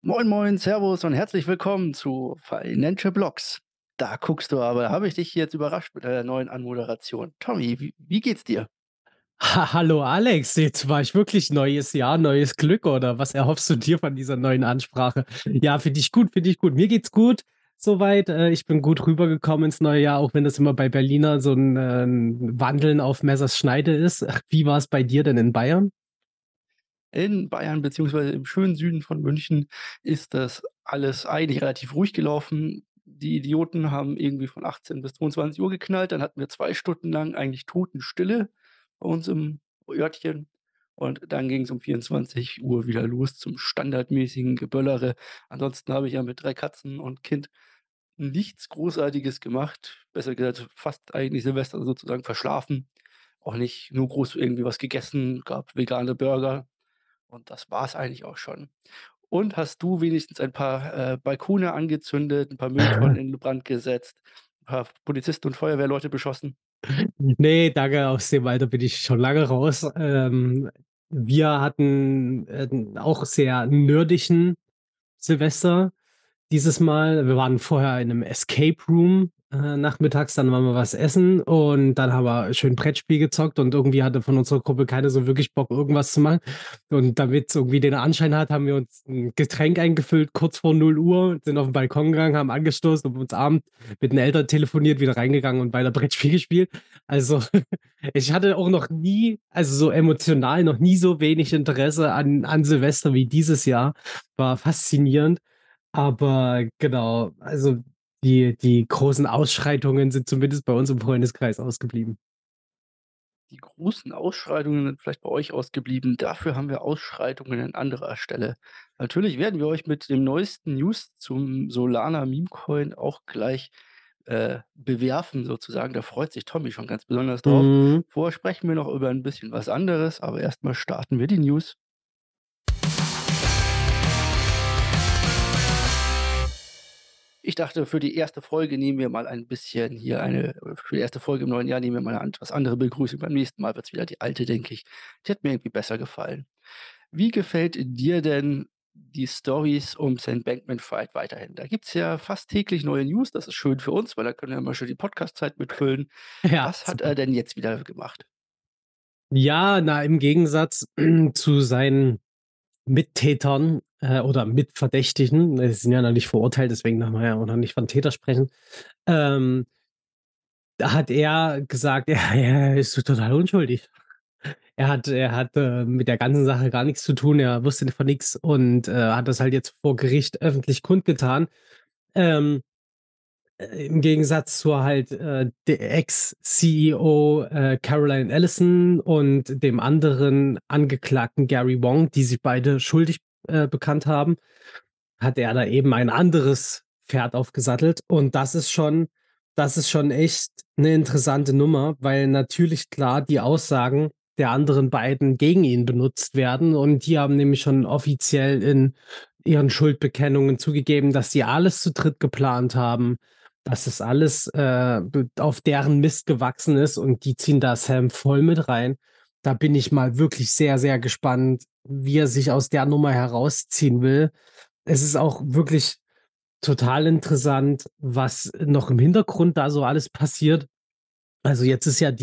Moin, moin, Servus und herzlich willkommen zu Financial Blocks. Da guckst du aber, da habe ich dich jetzt überrascht mit der neuen Anmoderation. Tommy, wie geht's dir? Hallo Alex, jetzt war ich wirklich neues Jahr, neues Glück oder was erhoffst du dir von dieser neuen Ansprache? Ja, finde ich gut, finde ich gut. Mir geht's gut soweit. Ich bin gut rübergekommen ins neue Jahr, auch wenn das immer bei Berliner so ein Wandeln auf Messers Schneide ist. Wie war es bei dir denn in Bayern? In Bayern beziehungsweise im schönen Süden von München ist das alles eigentlich relativ ruhig gelaufen. Die Idioten haben irgendwie von 18 bis 22 Uhr geknallt. Dann hatten wir 2 Stunden lang eigentlich Totenstille bei uns im Örtchen. Und dann ging es um 24 Uhr wieder los zum standardmäßigen Geböllere. Ansonsten habe ich ja mit 3 Katzen und Kind nichts Großartiges gemacht. Besser gesagt, fast eigentlich Silvester sozusagen verschlafen. Auch nicht nur groß irgendwie was gegessen, gab vegane Burger und das war's eigentlich auch schon. Und hast du wenigstens ein paar, Balkone angezündet, ein paar Mülltonnen in Brand gesetzt, ein paar Polizisten und Feuerwehrleute beschossen? Nee, danke, aus dem Alter bin ich schon lange raus. Wir hatten auch sehr nerdigen Silvester. Dieses Mal, wir waren vorher in 'nem Escape Room, nachmittags, dann waren wir was essen und dann haben wir schön Brettspiel gezockt und irgendwie hatte von unserer Gruppe keiner so wirklich Bock, irgendwas zu machen. Und damit's irgendwie den Anschein hat, haben wir uns 'n Getränk eingefüllt, kurz vor 0 Uhr, sind auf 'n Balkon gegangen, haben angestoßen und uns Abend mit den Eltern telefoniert, wieder reingegangen und weiter Brettspiel gespielt. Also, ich hatte auch noch nie, also so emotional, noch nie so wenig Interesse an Silvester wie dieses Jahr. War faszinierend. Aber genau, also die großen Ausschreitungen sind zumindest bei uns im Freundeskreis ausgeblieben. Die großen Ausschreitungen sind vielleicht bei euch ausgeblieben. Dafür haben wir Ausschreitungen an anderer Stelle. Natürlich werden wir euch mit dem neuesten News zum Solana Meme Coin auch gleich, bewerfen sozusagen. Da freut sich Tommy schon ganz besonders drauf. Mhm. Vorher sprechen wir noch über ein bisschen was anderes, aber erstmal starten wir die News. Ich dachte, für die erste Folge nehmen wir mal ein bisschen hier für die erste Folge im neuen Jahr nehmen wir mal eine etwas andere Begrüßung. Beim nächsten Mal wird's wieder die alte, denke ich. Die hat mir irgendwie besser gefallen. Wie gefällt dir denn die Storys um Sam Bankman-Fried weiterhin? Da gibt's ja fast täglich neue News. Das ist schön für uns, weil da können wir immer schön die Podcast-Zeit mitfüllen. Ja, Was hat er super. denn jetzt wieder gemacht? Ja, na, im Gegensatz zu seinen Mittätern, oder Mitverdächtigen, sie sind ja noch nicht verurteilt, deswegen darf man ja auch noch nicht von Täter sprechen, ähm, da hat er gesagt, er ist so total unschuldig. Er hat mit der ganzen Sache gar nichts zu tun, er wusste von nix und, hat das halt jetzt vor Gericht öffentlich kundgetan. Ähm, Im Gegensatz zur halt, der Ex-CEO, Caroline Ellison und dem anderen Angeklagten Gary Wong, die sich beide schuldig, bekannt haben, hat er da eben ein anderes Pferd aufgesattelt und das ist schon echt eine interessante Nummer, weil natürlich klar die Aussagen der anderen beiden gegen ihn benutzt werden und die haben nämlich schon offiziell in ihren Schuldbekennungen zugegeben, dass sie alles zu dritt geplant haben, dass es alles, auf deren Mist gewachsen ist und die ziehen da Sam voll mit rein. Da bin ich mal wirklich sehr, sehr gespannt, wie er sich aus der Nummer herausziehen will. Es ist auch wirklich total interessant, was noch im Hintergrund da so alles passiert. Also, jetzt ist ja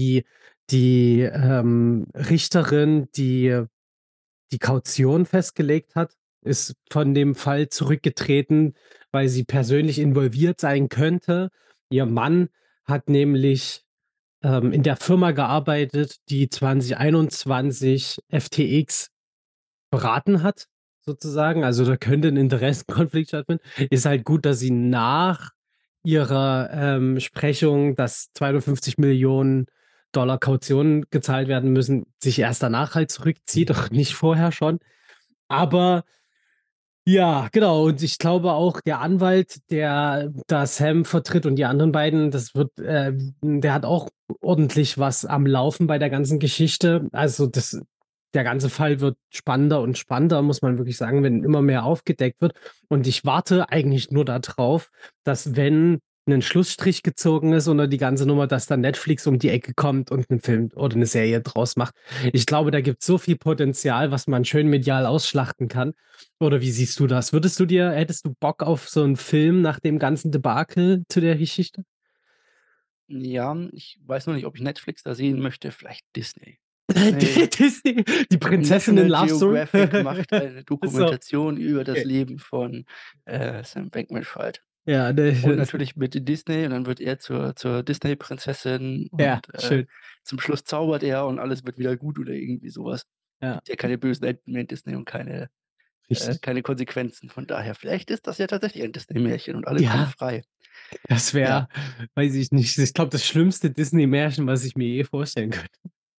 die Richterin, die Kaution festgelegt hat, ist von dem Fall zurückgetreten, weil sie persönlich involviert sein könnte. Ihr Mann hat nämlich, in der Firma gearbeitet, die 2021 FTX beraten hat, sozusagen. Also, da könnte 'n Interessenkonflikt stattfinden. Ist halt gut, dass sie nach ihrer, Sprechung, dass 250 Millionen Dollar Kaution gezahlt werden müssen, sich erst danach halt zurückzieht, doch nicht vorher schon. Aber ja, genau. Und ich glaube auch, der Anwalt, der da Sam vertritt und die anderen beiden, der hat auch ordentlich was am Laufen bei der ganzen Geschichte. Also, der ganze Fall wird spannender und spannender, muss man wirklich sagen, wenn immer mehr aufgedeckt wird. Und ich warte eigentlich nur darauf, dass wenn 'nen Schlussstrich gezogen ist oder die ganze Nummer, dass dann Netflix um die Ecke kommt und 'nen Film oder 'ne Serie draus macht. Ich glaube, da gibt's so viel Potenzial, was man schön medial ausschlachten kann. Oder wie siehst du das? Hättest du Bock auf so 'n Film nach dem ganzen Debakel zu der Geschichte? Ja, ich weiß noch nicht, ob ich Netflix da sehen möchte, vielleicht Disney. Disney Disney, die Prinzessinnen National Love Story? Geographic macht eine Ach so, Dokumentation über das okay. Leben von, Sam Bankman-Fried. Ja, ne, Und natürlich mit Disney und dann wird er zur Disney-Prinzessin ja, und, schön. zum Schluss zaubert er und alles wird wieder gut oder irgendwie so was. Ja, Gibt ja keine bösen Enden mehr in Disney und richtig. keine Konsequenzen. Von daher, vielleicht ist das ja tatsächlich ein Disney-Märchen und alle kommen Ja, frei. das Ja, wäre, weiß ich nicht, ich glaube, das schlimmste Disney-Märchen, was ich mir je vorstellen könnte.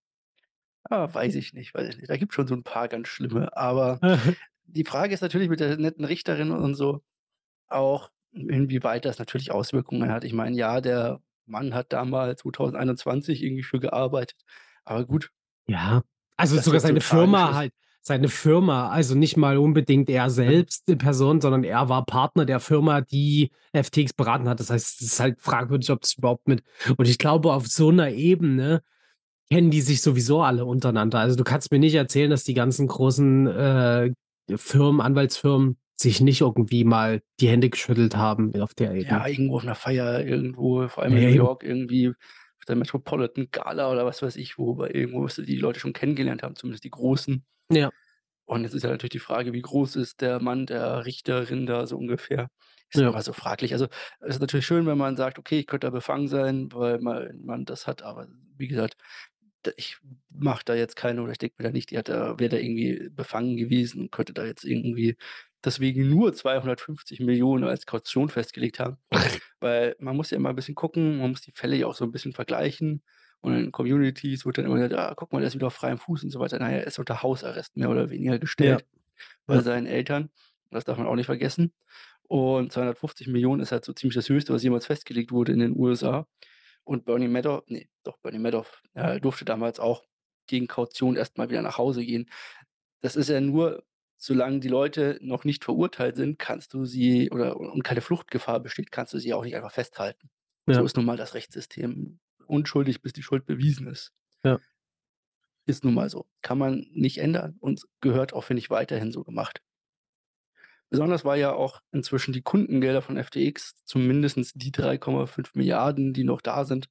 weiß ich nicht. Da gibt's schon so 'n paar ganz schlimme, aber die Frage ist natürlich mit der netten Richterin und so auch, inwieweit das natürlich Auswirkungen hat. Ich meine, ja, der Mann hat damals 2021 irgendwie für gearbeitet, aber gut, Ja, also ob das sogar jetzt so seine tragisch Firma ist. halt, seine Firma, also nicht mal unbedingt er Ja. selbst in Person, sondern er war Partner der Firma, die FTX beraten hat. Das heißt, es ist halt fragwürdig, ob das überhaupt mit, und ich glaube, auf so 'ner Ebene kennen die sich sowieso alle untereinander. Also, du kannst mir nicht erzählen, dass die ganzen großen, Firmen, Anwaltsfirmen sich nicht irgendwie mal die Hände geschüttelt haben auf der Ebene. Ja, irgendwo auf 'ner Feier irgendwo, vor allem Ja, in ja, New eben. York irgendwie auf der Metropolitan Gala oder was weiß ich wo, bei irgendwo, wo sie die Leute schon kennengelernt haben, zumindest die Großen. Ja, Und jetzt ist ja natürlich die Frage, wie groß ist der Mann der Richterin da so ungefähr? Ist ja, immer so fraglich. Also, es ist natürlich schön, wenn man sagt: „Okay, ich könnte da befangen sein, weil man das hat“, aber wie gesagt, ich mache da jetzt keine oder ich denke mir da nicht, die hat da wäre da irgendwie befangen gewesen und könnte da jetzt irgendwie deswegen nur 250 Millionen als Kaution festgelegt haben. Weil man muss ja immer ein bisschen gucken, man muss die Fälle ja auch so ein bisschen vergleichen und in Communities wird dann immer gesagt: „Ah, guck mal, der ist wieder auf freiem Fuß“ und so weiter. Na ja, er ist unter Hausarrest mehr oder weniger ja, gestellt bei ja, seinen Eltern. Das darf man auch nicht vergessen. Und 250 Millionen ist halt so ziemlich das Höchste, was jemals festgelegt wurde in den USA. Und Bernie Madoff, durfte damals auch gegen Kaution erst mal wieder nach Hause gehen. Das ist ja nur, solange die Leute noch nicht verurteilt sind, kannst du sie oder und keine Fluchtgefahr besteht, kannst du sie auch nicht einfach festhalten. So ja, ist nun mal das Rechtssystem. Unschuldig, bis die Schuld bewiesen ist. ja, Ist nun mal so. Kann man nicht ändern und gehört auch, finde ich, weiterhin so gemacht. Besonders weil ja auch inzwischen die Kundengelder von FTX, zumindestens die 3,5 Milliarden, die noch da sind,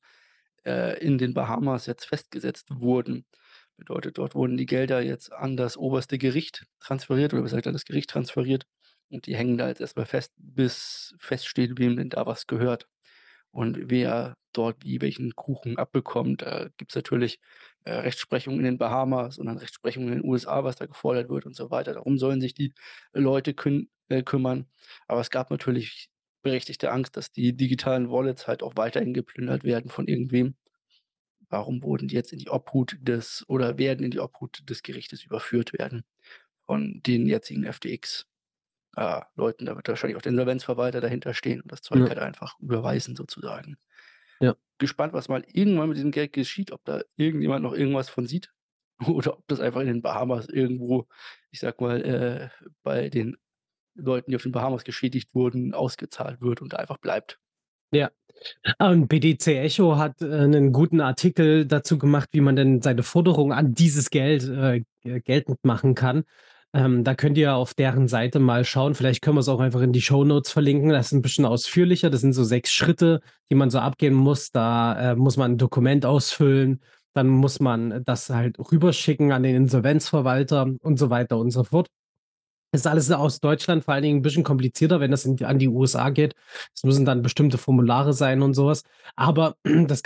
in den Bahamas jetzt festgesetzt wurden. Bedeutet, dort wurden die Gelder jetzt an das oberste Gericht transferiert oder besser gesagt an das Gericht transferiert und die hängen da jetzt erst mal fest, bis feststeht, wem denn da was gehört. Und wer dort wie welchen Kuchen abbekommt. Da gibt's natürlich, Rechtsprechung in den Bahamas und dann Rechtsprechung in den USA, was da gefordert wird und so weiter. Darum sollen sich die Leute kümmern. Aber es gab natürlich berechtigte Angst, dass die digitalen Wallets halt auch weiterhin geplündert werden von irgendwem. Warum wurden die jetzt in die Obhut des oder werden in die Obhut des Gerichtes überführt werden von den jetzigen FTX, Leuten. Da wird wahrscheinlich auch der Insolvenzverwalter dahinter stehen und das Zeug ja, halt einfach überweisen sozusagen. ja. Gespannt, was mal irgendwann mit diesem Geld geschieht, ob da irgendjemand noch irgendwas von sieht oder ob das einfach in den Bahamas irgendwo, ich sage mal, bei den Leuten, die auf den Bahamas geschädigt wurden, ausgezahlt wird und da einfach bleibt. Ja. Und BTC Echo hat, 'nen guten Artikel dazu gemacht, wie man denn seine Forderung an dieses Geld, geltend machen kann. Da könnt ihr auf deren Seite mal schauen. Vielleicht können wir's auch einfach in die Shownotes verlinken. Das ist 'n bisschen ausführlicher. Das sind so 6 Schritte, die man so abgehen muss. Da, muss man 'n Dokument ausfüllen, dann muss man das halt rüberschicken an den Insolvenzverwalter und so weiter und so fort. Ist alles aus Deutschland vor allen Dingen 'n bisschen komplizierter, wenn das in die an die USA geht. Es müssen dann bestimmte Formulare sein und so was. Aber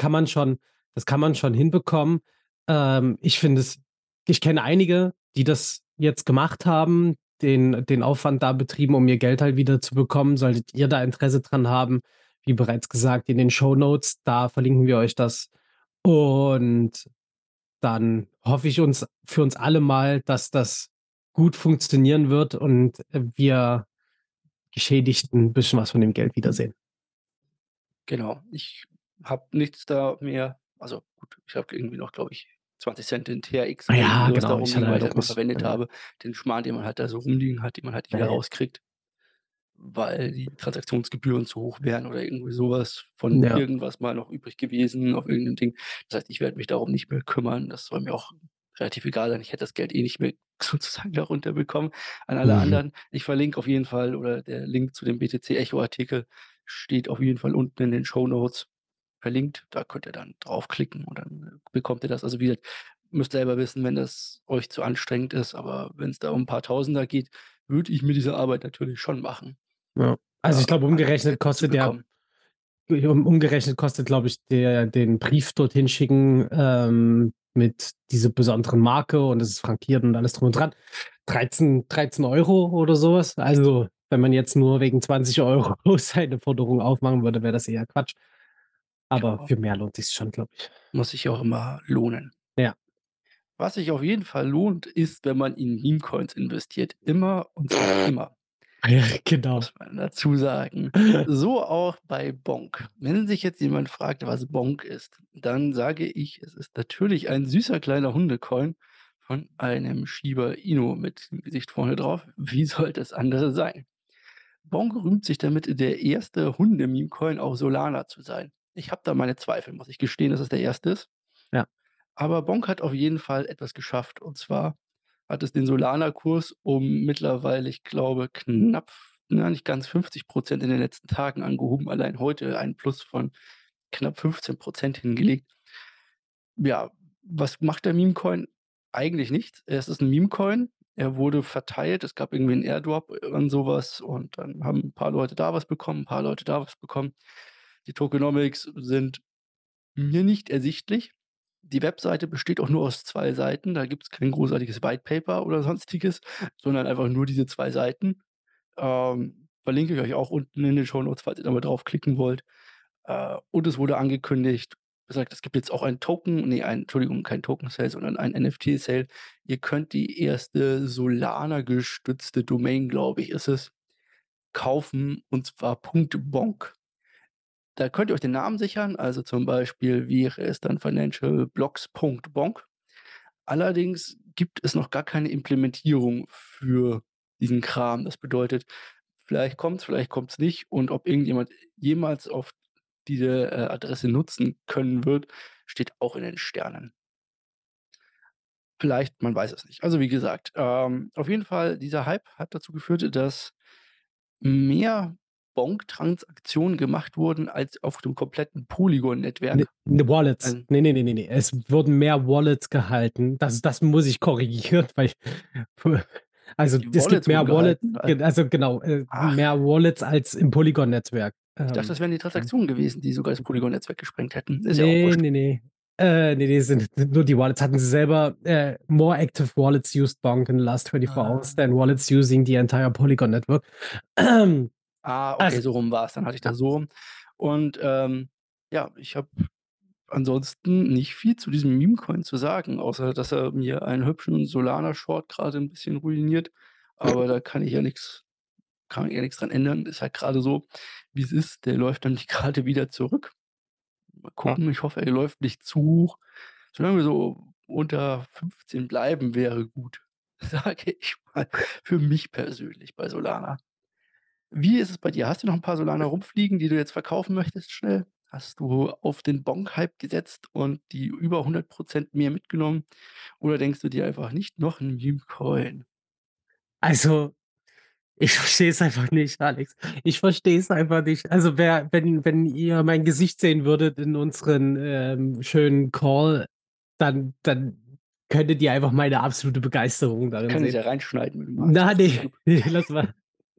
das kann man schon hinbekommen. Ich finde es Ich kenne einige, die das jetzt gemacht haben, den Aufwand da betrieben, um ihr Geld halt wieder zu bekommen. Solltet ihr da Interesse dran haben, wie bereits gesagt, in den Shownotes, da verlinken wir euch das. Und dann hoffe ich uns für uns alle mal, dass das gut funktionieren wird und, wir Geschädigten 'n bisschen was von dem Geld wiedersehen. Genau. Ich habe nichts da mehr, also gut, ich habe irgendwie noch, glaube ich, 20 Cent in TRX oder irgendwie Ja, sowas da genau, ich hatte rumliegen, weil halt ich auch das mal nicht verwendet habe. Den Schmarrn, den man halt da so rumliegen hat, den man halt nicht ja, wieder ja. rauskriegt. weil die Transaktionsgebühren zu hoch wären oder irgendwie sowas von Ja, irgendwas mal noch übrig gewesen auf irgend 'nem Ding. Das heißt, ich werde mich darum nicht mehr kümmern. Das soll mir auch relativ egal sein. Ich hätte das Geld eh nicht mehr sozusagen darunter bekommen. An alle mhm, anderen, ich verlinke auf jeden Fall oder der Link zu dem BTC Echo Artikel steht auf jeden Fall unten in den Shownotes verlinkt. Da könnt ihr dann draufklicken und dann bekommt ihr das. Also, wie gesagt, müsst selber wissen, wenn das euch zu anstrengend ist, aber wenn's da um 'n paar Tausender geht, würde ich mir diese Arbeit natürlich schon machen, ja. Also, ich da glaube, an Sätze zu bekommen. umgerechnet kostet, glaube ich, den Brief dorthin schicken, mit dieser besonderen Marke und es ist frankiert und alles drum und dran, 13 € oder sowas. Also, wenn man jetzt nur wegen 20 € seine Forderung aufmachen würde, wäre das eher Quatsch. Aber Genau. für mehr lohnt sich's schon, glaube ich. Muss sich ja auch immer lohnen. Ja. Was sich auf jeden Fall lohnt, ist, wenn man in Meme-Coins investiert. Immer und zwar immer, Ja, genau. muss man dazu sagen. So auch bei Bonk. Wenn sich jetzt jemand fragt, was Bonk ist, dann sage ich, es ist natürlich ein süßer kleiner Hundecoin von einem Shiba Inu mit dem Gesicht vorne drauf. Wie sollte es andere sein? Bonk rühmt sich damit, der erste Hunde-Meme-Coin auf Solana zu sein. Ich habe da meine Zweifel, muss ich gestehen, dass es der erste ist. Ja. Aber Bonk hat auf jeden Fall etwas geschafft. Und zwar hat es den Solana-Kurs um mittlerweile, ich glaube, knapp, na, nicht ganz 50% in den letzten Tagen angehoben. Allein heute ein Plus von knapp 15% hingelegt. Ja, was macht der Meme-Coin? Eigentlich nichts. Es ist ein Meme-Coin. Er wurde verteilt. Es gab irgendwie 'n Airdrop an sowas und dann haben ein paar Leute da was bekommen, ein paar Leute da was bekommen. Die Tokenomics sind mir nicht ersichtlich. Die Webseite besteht auch nur aus 2 Seiten. Da gibt es kein großartiges White Paper oder Sonstiges, sondern einfach nur diese 2 Seiten. Verlinke ich euch auch unten in den Shownotes, falls ihr da mal draufklicken wollt. Und es wurde angekündigt gesagt, es gibt jetzt auch ein Token, ne, ein Entschuldigung, kein Token-Sale, sondern ein NFT-Sale. Ihr könnt die erste Solana-gestützte Domain, glaube ich, ist es, kaufen, und zwar .bonk. Da könnt ihr euch den Namen sichern, also zum Beispiel wäre es dann financialblocks.bonk. Allerdings gibt es noch gar keine Implementierung für diesen Kram. Das bedeutet, vielleicht kommt's nicht und ob irgendjemand jemals auf diese, Adresse nutzen können wird, steht auch in den Sternen. Vielleicht, man weiß es nicht. Also, wie gesagt, auf jeden Fall, dieser Hype hat dazu geführt, dass mehr Bonk-Transaktionen gemacht wurden als auf dem kompletten Ne, Polygon-Netzwerk. ne, Wallets. Also, Ne. Es wurden mehr Wallets gehalten. Das muss ich korrigieren, weil also, die es gibt Wallets wurden mehr Wallets gehalten. also, genau, Ach, mehr Wallets als im Polygon-Netzwerk. ich dachte, das wären die Transaktionen gewesen, die sogar das Polygon-Netzwerk gesprengt hätten. Ist ja auch Ne, wurscht. ne, ne. Ne, sind nur die Wallets. Hatten sie selber, more active wallets used Bonk in the last 24 hours Ah. than wallets using the entire Polygon network. Ah, okay, Also, so rum war's. Dann hatte ich ja. das so rum. Und, ja, ich habe ansonsten nicht viel zu diesem Meme-Coin zu sagen, außer dass er mir einen hübschen Solana-Short grade 'n bisschen ruiniert. Aber da kann ich ja nix dran ändern. Ist halt grade so, wie's ist. Der läuft nämlich grade wieder zurück. Mal Ja. gucken, ich hoffe, er läuft nicht zu hoch. Solange wir so unter 15 bleiben, wäre gut, sage ich mal, für mich persönlich bei Solana. Wie ist es bei dir? Hast du noch 'n paar Solana rumfliegen, die du jetzt verkaufen möchtest schnell? Hast du auf den Bonk-Hype gesetzt und die über 100% mehr mitgenommen? Oder denkst du dir einfach: „Nicht noch 'n Meme-Coin?“ Also, ich verstehe es einfach nicht, Alex. Ich verstehe es einfach nicht. Also, wenn ihr mein Gesicht sehen würdet in unseren, schönen Call, dann könntet ihr einfach meine absolute Begeisterung Ich darin kann es sehen. ja reinschneiden, wenn du magst. Na, Das ist ne, kein Pro ne, lass mal.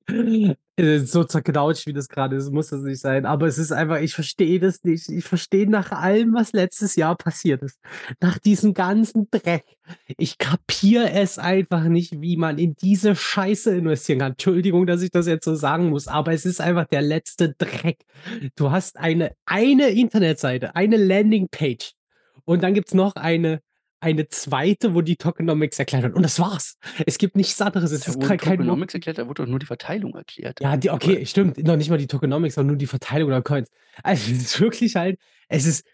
So zerknautscht, wie das grade ist, muss das nicht sein. Aber es ist einfach, ich verstehe das nicht. Ich verstehe nach allem, was letztes Jahr passiert ist, nach diesem ganzen Dreck. Ich kapiere es einfach nicht, wie man in diese Scheiße investieren kann. Entschuldigung, dass ich das jetzt so sagen muss, aber es ist einfach der letzte Dreck. Du hast eine Internetseite, eine Landingpage und dann gibt's noch eine zweite, wo die Tokenomics erklärt wird und das war's. Es gibt nichts anderes. Es Da ist wurden kein Mo Tokenomics erklärt, da wurde doch nur die Verteilung erklärt. ja, die Oder okay, stimmt, noch nicht mal die Tokenomics, sondern nur die Verteilung der Coins. Also, es ist wirklich halt es ist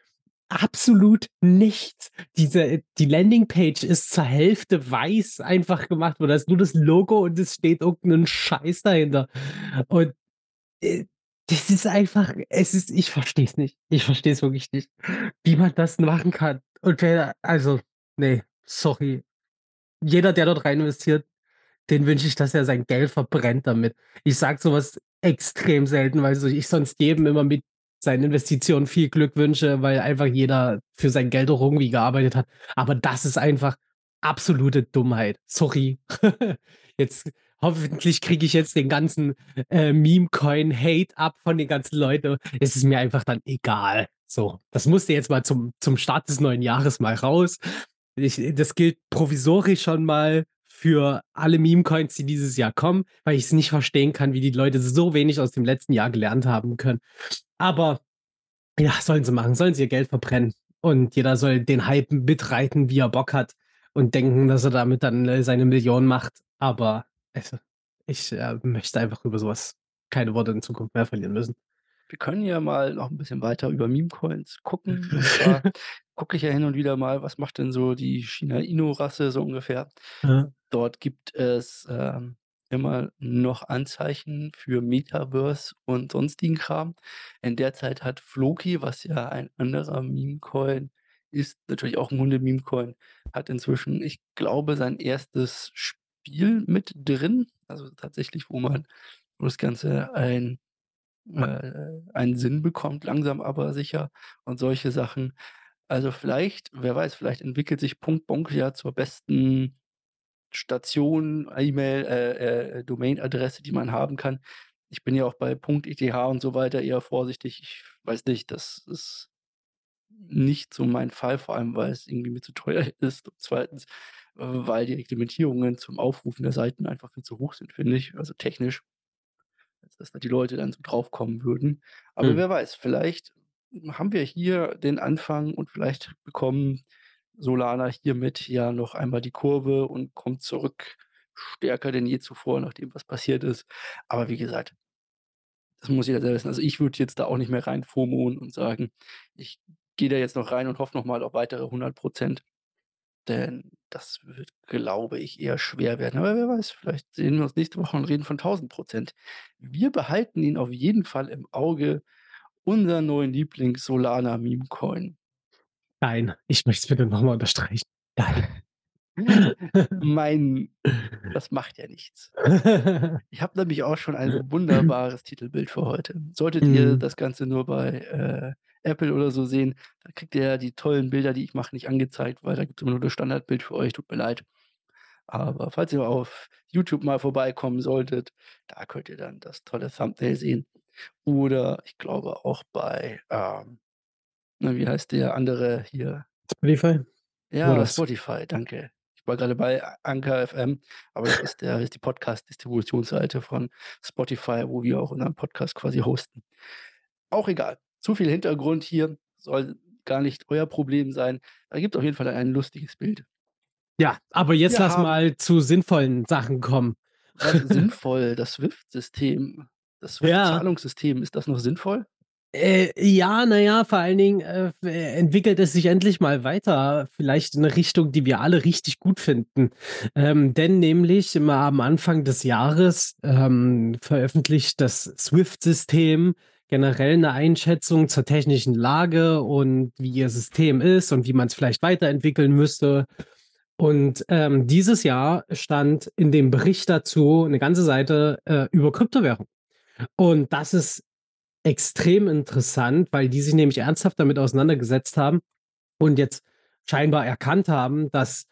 absolut nichts. Die Landingpage ist zur Hälfte weiß einfach gemacht, wo da ist nur das Logo und es steht irgend 'nen Scheiß dahinter. Und, äh, das ist einfach ich verstehe es nicht. Ich verstehe es wirklich nicht, wie man das machen kann. Und wer also, ne, sorry. Jeder, der dort rein investiert, den wünsche ich, dass er sein Geld verbrennt damit. Ich sage so was extrem selten, weil so ich sonst jedem immer mit seinen Investitionen viel Glück wünsche, weil einfach jeder für sein Geld auch irgendwie gearbeitet hat. Aber das ist einfach absolute Dummheit. Sorry. Jetzt hoffentlich kriege ich jetzt den ganzen, Meme-Coin-Hate ab von den ganzen Leuten. Es ist mir einfach dann egal. So, das musste jetzt mal zum Start des neuen Jahres mal raus. Das gilt provisorisch schon mal für alle Meme-Coins, die dieses Jahr kommen, weil ich es nicht verstehen kann, wie die Leute so wenig aus dem letzten Jahr gelernt haben können. Aber ja, sollen sie machen, sollen sie ihr Geld verbrennen. Und jeder soll den Hype mitreiten, wie er Bock hat und denken, dass er damit dann seine Millionen macht. Aber also, ich möchte einfach über sowas keine Worte in Zukunft mehr verlieren müssen. Wir können ja mal noch ein bisschen weiter über Meme-Coins gucken. Und zwar gucke ich ja hin und wieder mal, was macht denn so die Shiba-Inu-Rasse so ungefähr. Ja. Dort gibt es, immer noch Anzeichen für Metaverse und sonstigen Kram. In der Zeit hat Floki, was ja ein anderer Meme-Coin ist, natürlich auch 'n Hunde-Meme-Coin, hat inzwischen, ich glaube, sein erstes Spiel mit drin, also tatsächlich, wo das Ganze einen Sinn bekommt, langsam aber sicher und solche Sachen. Also vielleicht, wer weiß, vielleicht entwickelt sich Punkt Bonk ja zur besten Station, E-Mail, Domain-Adresse, die man haben kann. Ich bin ja auch bei .eth und so weiter eher vorsichtig. Ich weiß nicht, das ist nicht so mein Fall, vor allem, weil es irgendwie mir zu teuer ist und zweitens, weil die Reglementierungen zum Aufrufen der Seiten einfach viel zu hoch sind, finde ich, also technisch, als dass da die Leute dann so draufkommen würden. Aber Mhm. wer weiß, vielleicht haben wir hier den Anfang und vielleicht bekommen Solana hiermit ja noch einmal die Kurve und kommt zurück stärker denn je zuvor, nachdem was passiert ist. Aber wie gesagt, das muss jeder selber wissen. Also, ich würde jetzt da auch nicht mehr rein FOMOen und sagen: „Ich gehe da jetzt noch rein und hoffe noch mal auf weitere 100%“, denn das wird, glaube ich, eher schwer werden. Aber wer weiß, vielleicht sehen wir uns nächste Woche und reden von 1000%. Wir behalten ihn auf jeden Fall im Auge, unseren neuen Lieblings-Solana-Meme-Coin. Nein, ich möchte es bitte noch mal unterstreichen. Nein. Mein Das macht ja nichts. Ich habe nämlich auch schon ein wunderbares Titelbild für heute. Solltet ihr Mhm. das Ganze nur bei, Apple oder so sehen, dann kriegt ihr ja die tollen Bilder, die ich mache, nicht angezeigt, weil da gibt's immer nur das Standardbild für euch, tut mir leid. Aber falls ihr auf YouTube mal vorbeikommen solltet, da könnt ihr dann das tolle Thumbnail sehen. Oder ich glaube auch bei, na, wie heißt der andere hier? Spotify Ja, oder s Spotify, danke. Ich war gerade bei Anchor FM, aber das ist die Podcast-Distributionsseite von Spotify, wo wir auch unseren Podcast quasi hosten. Auch egal. Zu viel Hintergrund hier, soll gar nicht euer Problem sein. Da gibt auf jeden Fall ein lustiges Bild. Ja, aber jetzt Wir lass haben mal zu sinnvollen Sachen kommen. was sinnvoll, das SWIFT-System, das Ja. SWIFT-Zahlungssystem, ist das noch sinnvoll? Ja, na ja, vor allen Dingen, entwickelt es sich endlich mal weiter, vielleicht in 'ne Richtung, die wir alle richtig gut finden. Denn nämlich immer am Anfang des Jahres, veröffentlicht das SWIFT-System generell 'ne Einschätzung zur technischen Lage und wie ihr System ist und wie man's vielleicht weiterentwickeln müsste. Und, dieses Jahr stand in dem Bericht dazu 'ne ganze Seite, über Kryptowährung. Und das ist extrem interessant, weil die sich nämlich ernsthaft damit auseinandergesetzt haben und jetzt scheinbar erkannt haben, dass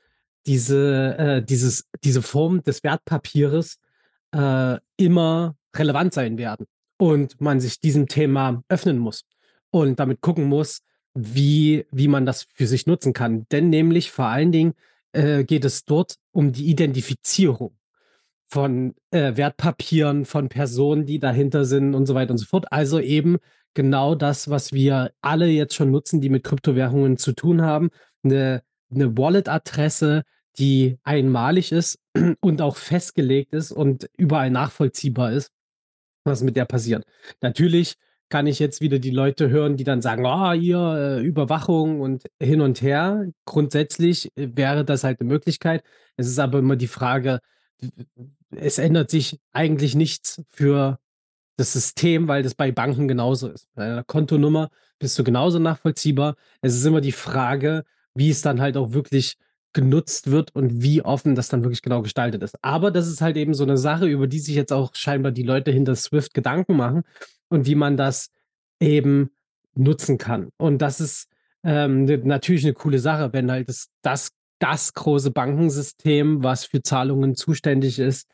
diese Form des Wertpapieres, immer relevant sein werden und man sich diesem Thema öffnen muss und damit gucken muss, wie man das für sich nutzen kann. Denn nämlich vor allen Dingen, geht es dort um die Identifizierung von, Wertpapieren, von Personen, die dahinter sind und so weiter und so fort. Also eben genau das, was wir alle jetzt schon nutzen, die mit Kryptowährungen zu tun haben. Eine Wallet-Adresse, die einmalig ist und auch festgelegt ist und überall nachvollziehbar ist, was mit der passiert. Natürlich kann ich jetzt wieder die Leute hören, die dann sagen: „Ah, hier, Überwachung und hin und her.“ Grundsätzlich, wäre das halt 'ne Möglichkeit. Es ist aber immer die Frage, w w es ändert sich eigentlich nichts für das System, weil das bei Banken genauso ist. Bei einer Kontonummer bist du genauso nachvollziehbar. Es ist immer die Frage, wie es dann halt auch wirklich genutzt wird und wie offen das dann wirklich genau gestaltet ist. Aber das ist halt eben so 'ne Sache, über die sich jetzt auch scheinbar die Leute hinter Swift Gedanken machen und wie man das eben nutzen kann. Und das ist, natürlich 'ne coole Sache, wenn halt das große Bankensystem, was für Zahlungen zuständig ist,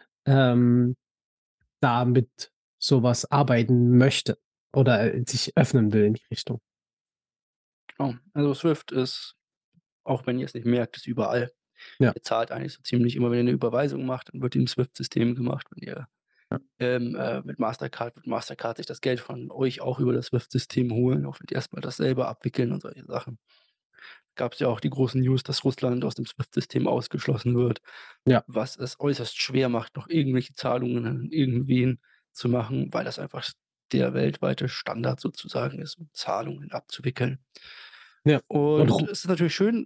ähm, da mit so was arbeiten möchte oder, sich öffnen will in die Richtung. Genau. Also, Swift ist, auch wenn ihr es nicht merkt, ist überall. Ja, Ihr zahlt eigentlich so ziemlich immer, wenn ihr 'ne Überweisung macht, dann wird die im Swift-System gemacht. Wenn ihr, ja, mit Mastercard wird Mastercard sich das Geld von euch auch über das Swift-System holen, auch wenn die erst mal das selber abwickeln und solche Sachen. Gab's ja auch die großen News, dass Russland aus dem SWIFT-System ausgeschlossen wird, ja, was es äußerst schwer macht, noch irgendwelche Zahlungen an irgendwen zu machen, weil das einfach der weltweite Standard sozusagen ist, um Zahlungen abzuwickeln. ja. Und Und Ru es ist natürlich schön,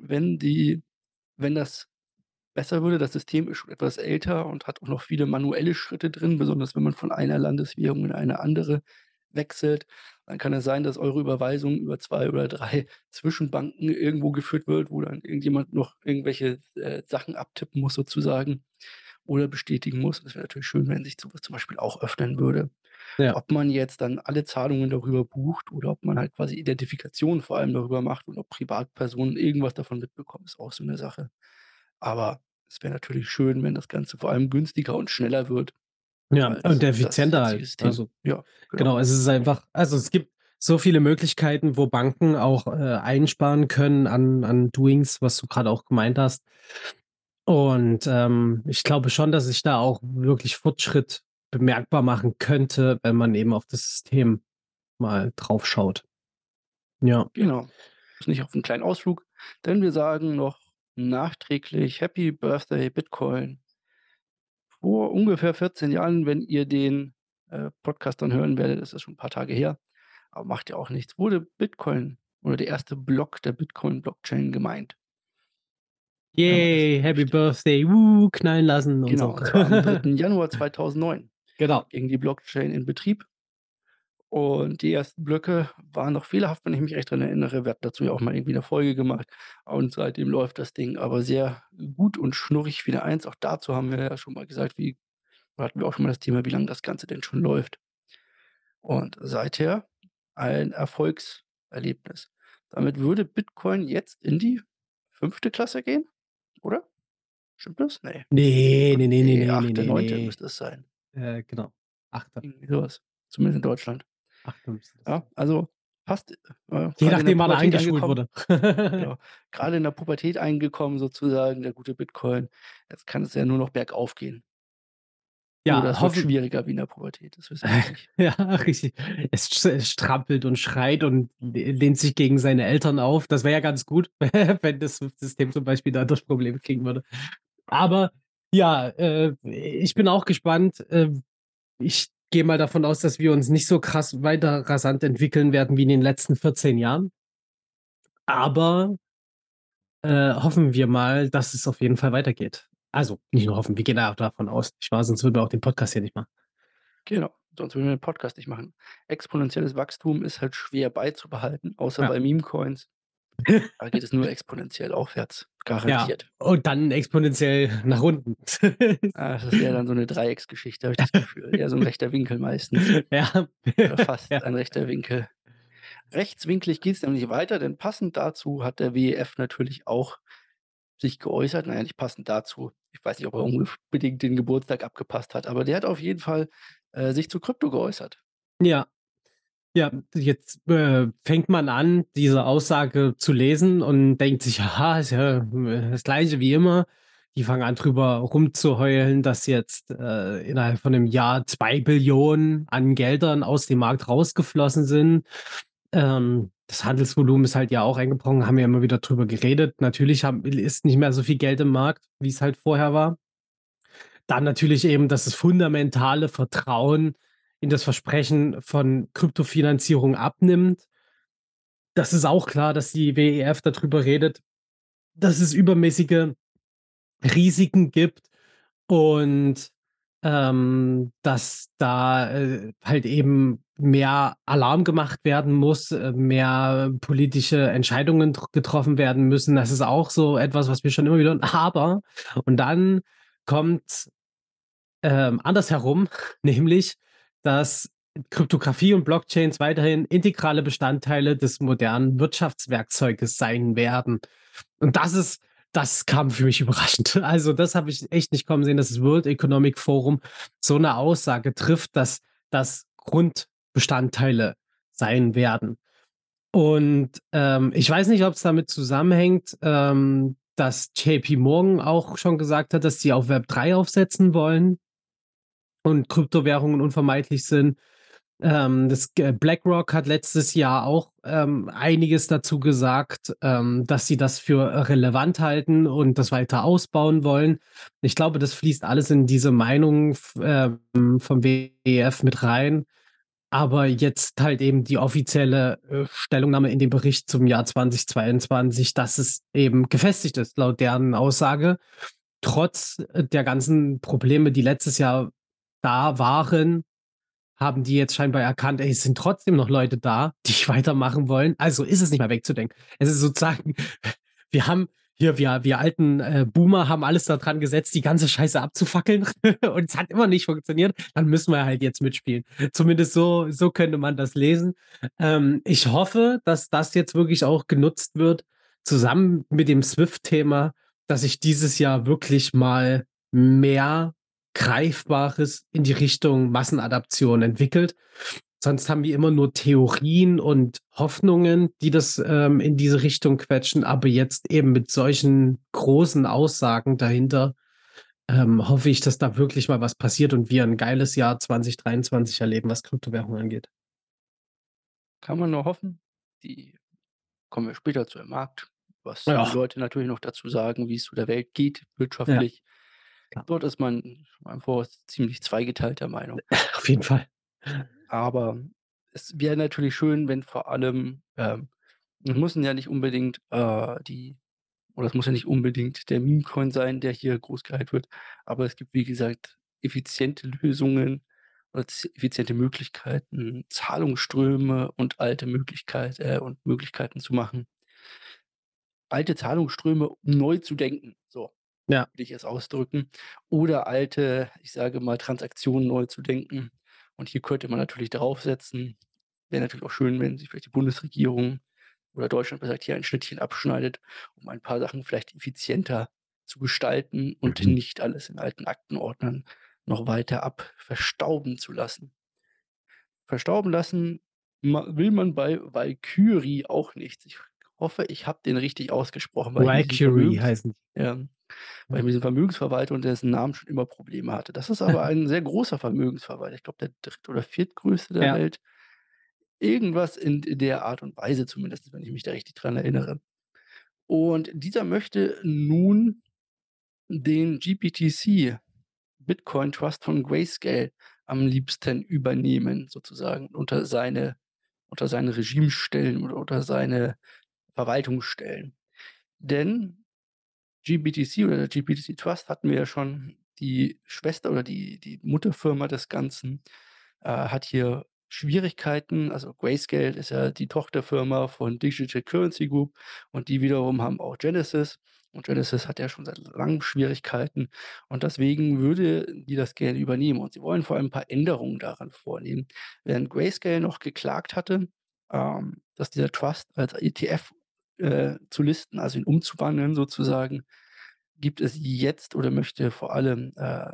wenn das besser würde. Das System ist schon etwas älter und hat auch noch viele manuelle Schritte drin, besonders wenn man von einer Landeswährung in eine andere wechselt. Dann kann es sein, dass eure Überweisung über 2 oder 3 Zwischenbanken irgendwo geführt wird, wo dann irgendjemand noch irgendwelche, Sachen abtippen muss sozusagen oder bestätigen muss. Das wäre natürlich schön, wenn sich so was zum Beispiel auch öffnen würde. ja. Ob man jetzt dann alle Zahlungen darüber bucht oder ob man halt quasi Identifikation vor allem darüber macht und ob Privatpersonen irgendwas davon mitbekommen, ist auch so 'ne Sache. Aber es wäre natürlich schön, wenn das Ganze vor allem günstiger und schneller wird Ja, und als das effizienter jetzige halt. System. Also, Ja, genau. genau, es ist einfach es gibt so viele Möglichkeiten, wo Banken auch, einsparen können an Doings, was du grade auch gemeint hast. Und, ich glaube schon, dass sich da auch wirklich Fortschritt bemerkbar machen könnte, wenn man eben auf das System mal drauf schaut. Ja. Genau. Ist nicht auf 'n kleinen Ausflug, denn wir sagen noch nachträglich Happy Birthday Bitcoin. Vor ungefähr 14 Jahren, wenn ihr den, Podcast dann hören werdet, ist das schon 'n paar Tage her, aber macht ja auch nichts, wurde Bitcoin oder der erste Block der Bitcoin-Blockchain gemeint, wenn man das Yay, nennen Happy möchte. Birthday, knallen lassen und Genau, so. und zwar am 3. Januar 2009 Genau. ging die Blockchain in Betrieb und die ersten Blöcke waren noch fehlerhaft, wenn ich mich recht dran erinnere. Wir hatten dazu ja auch mal irgendwie 'ne Folge gemacht und seitdem läuft das Ding aber sehr gut und schnurrig wie 'ne Eins. Auch dazu haben wir ja schon mal gesagt, wie hatten wir auch schon mal das Thema, wie lang das Ganze denn schon läuft. Und seither ein Erfolgserlebnis. Damit würde Bitcoin jetzt in die 5. Klasse gehen, oder? Stimmt das? Ne. Ne, ne, ne, ne, Ne, ne, ne, 8., ne, 9. ne. müsste es sein. Genau. 8. Irgendwie so was, zumindest in Deutschland. 8. müsste das Ja, sein. also fast, Je grade in der nachdem, wann er Pubertät eingeschult angekommen. wurde. Genau. Grade in der Pubertät angekommen sozusagen, der gute Bitcoin. Jetzt kann es ja nur noch bergauf gehen. Oder Ja, es wird hoffen schwieriger wie in der Pubertät, das wissen wir noch nicht. ja, richtig. Es strampelt und schreit und lehnt sich gegen seine Eltern auf. Das wäre ja ganz gut, wenn das System zum Beispiel dadurch Probleme kriegen würde. Aber ja, ich bin auch gespannt. Ich gehe mal davon aus, dass wir uns nicht so krass weiter rasant entwickeln werden wie in den letzten 14 Jahren. Aber, hoffen wir mal, dass es auf jeden Fall weitergeht. Also, nicht nur hoffen, wir gehen da davon aus, nicht wahr? Sonst würden wir auch den Podcast hier nicht machen. Genau, sonst würden wir den Podcast nicht machen. Exponentielles Wachstum ist halt schwer beizubehalten, außer Ja. bei Meme-Coins. Da geht es nur exponentiell aufwärts, Ja, garantiert. und dann exponentiell nach unten. Das ist eher dann so 'ne Dreiecksgeschichte, habe ich das Gefühl. Eher so 'n rechter Winkel meistens Ja. oder fast Ja. ein rechter Winkel. Rechtswinklig geht's nämlich weiter, denn passend dazu hat der WEF natürlich auch sich geäußert. Na ja, nicht passend dazu. Ich weiß nicht, ob er unbedingt den Geburtstag abgepasst hat, aber der hat auf jeden Fall, sich zu Krypto geäußert. Ja. Ja, jetzt, fängt man an, diese Aussage zu lesen und denkt sich: „Aha, ist ja, das Gleiche wie immer.“ Die fangen an, drüber rumzuheulen, dass jetzt, innerhalb von 'nem Jahr 2 Billionen an Geldern aus dem Markt rausgeflossen sind. Das Handelsvolumen ist halt ja auch eingebrochen, haben wir ja immer wieder drüber geredet. Natürlich ist nicht mehr so viel Geld im Markt, wie es halt vorher war. Dann natürlich eben, dass das fundamentale Vertrauen ihnen das Versprechen von Kryptofinanzierung abnimmt. Das ist auch klar, dass die WEF darüber redet, dass es übermäßige Risiken gibt und, dass da, halt eben mehr Alarm gemacht werden muss, mehr politische Entscheidungen getroffen werden müssen. Das ist auch so etwas, was wir schon immer wieder aber und dann kommt andersherum, nämlich, dass Kryptographie und Blockchains weiterhin integrale Bestandteile des modernen Wirtschaftswerkzeuges sein werden. Und das kam für mich überraschend. Also, das habe ich echt nicht kommen sehen, dass das World Economic Forum so eine Aussage trifft, dass das Grundbestandteile sein werden. Und, ich weiß nicht, ob es damit zusammenhängt, dass JP Morgan auch schon gesagt hat, dass sie auf Web3 aufsetzen wollen und Kryptowährungen unvermeidlich sind. Das BlackRock hat letztes Jahr auch, einiges dazu gesagt, dass sie das für relevant halten und das weiter ausbauen wollen. Ich glaube, das fließt alles in diese Meinung vom WEF mit rein, aber jetzt halt eben die offizielle, Stellungnahme in dem Bericht zum Jahr 2022, dass es eben gefestigt ist, laut deren Aussage. Trotz, der ganzen Probleme, die letztes Jahr da waren, haben die jetzt scheinbar erkannt: „Ey, es sind trotzdem noch Leute da, die weitermachen wollen, also ist es nicht mehr wegzudenken." Es ist sozusagen wir alten, Boomer haben alles da dran gesetzt, die ganze Scheiße abzufackeln und es hat immer nicht funktioniert, dann müssen wir halt jetzt mitspielen. Zumindest so könnte man das lesen. Ich hoffe, dass das jetzt wirklich auch genutzt wird, zusammen mit dem SWIFT-Thema, dass sich dieses Jahr wirklich mal mehr Greifbares in die Richtung Massenadaption entwickelt. Sonst haben wir immer nur Theorien und Hoffnungen, die das, in diese Richtung quetschen, aber jetzt eben mit solchen großen Aussagen dahinter, hoffe ich, dass da wirklich mal was passiert und wir ein geiles Jahr 2023 erleben, was Kryptowährungen angeht. Kann man nur hoffen. Die kommen wir später zu im Markt, was die Ja, Leute natürlich noch dazu sagen, wie es so der Welt geht ja, wirtschaftlich. klar. Dort ist man einfach ziemlich zweigeteilter Meinung. Auf jeden Fall. Aber es wäre natürlich schön, wenn vor allem, es müssen ja nicht unbedingt, es muss ja nicht unbedingt der Meme-Coin sein, der hier groß gehypt wird, aber es gibt, wie gesagt, effiziente Lösungen oder effiziente Möglichkeiten, Zahlungsströme und und Möglichkeiten zu machen, alte Zahlungsströme neu zu denken, so Ja. würde ich es ausdrücken, oder alte, ich sage mal, Transaktionen neu zu denken. Und hier könnte man natürlich draufsetzen. Wäre natürlich auch schön, wenn sich vielleicht die Bundesregierung oder Deutschland besser gesagt hier ein Schnittchen abschneidet, um ein paar Sachen vielleicht effizienter zu gestalten und Mhm. nicht alles in alten Aktenordnern noch weiter verstauben zu lassen. Verstauben lassen will man bei Valkyrie auch nicht. Ich hoffe, ich habe den richtig ausgesprochen, Valkyrie heißen die. ja, weil Ja. ich mit diesem Vermögensverwalter und dessen Namen schon immer Probleme hatte. Das ist aber ein sehr großer Vermögensverwalter. Ich glaube, der dritt oder viertgrößte der Ja. Welt. Irgendwas in der Art und Weise zumindest, wenn ich mich da richtig dran erinnere. Und dieser möchte nun den GBTC, Bitcoin Trust von Grayscale, am liebsten übernehmen, sozusagen unter seine Regime stellen oder unter seine Verwaltung stellen. Denn GBTC oder der GBTC Trust hatten wir ja schon, die Schwester oder die Mutterfirma des Ganzen, hat hier Schwierigkeiten. Also Grayscale ist ja die Tochterfirma von Digital Currency Group und die wiederum haben auch Genesis. Und Genesis hat ja schon seit langem Schwierigkeiten und deswegen würde die das gerne übernehmen. Und sie wollen vor allem ein paar Änderungen daran vornehmen. Während Grayscale noch geklagt hatte, dass dieser Trust als ETF zu listen, also ihn umzuwandeln sozusagen, gibt es jetzt oder möchte vor allem,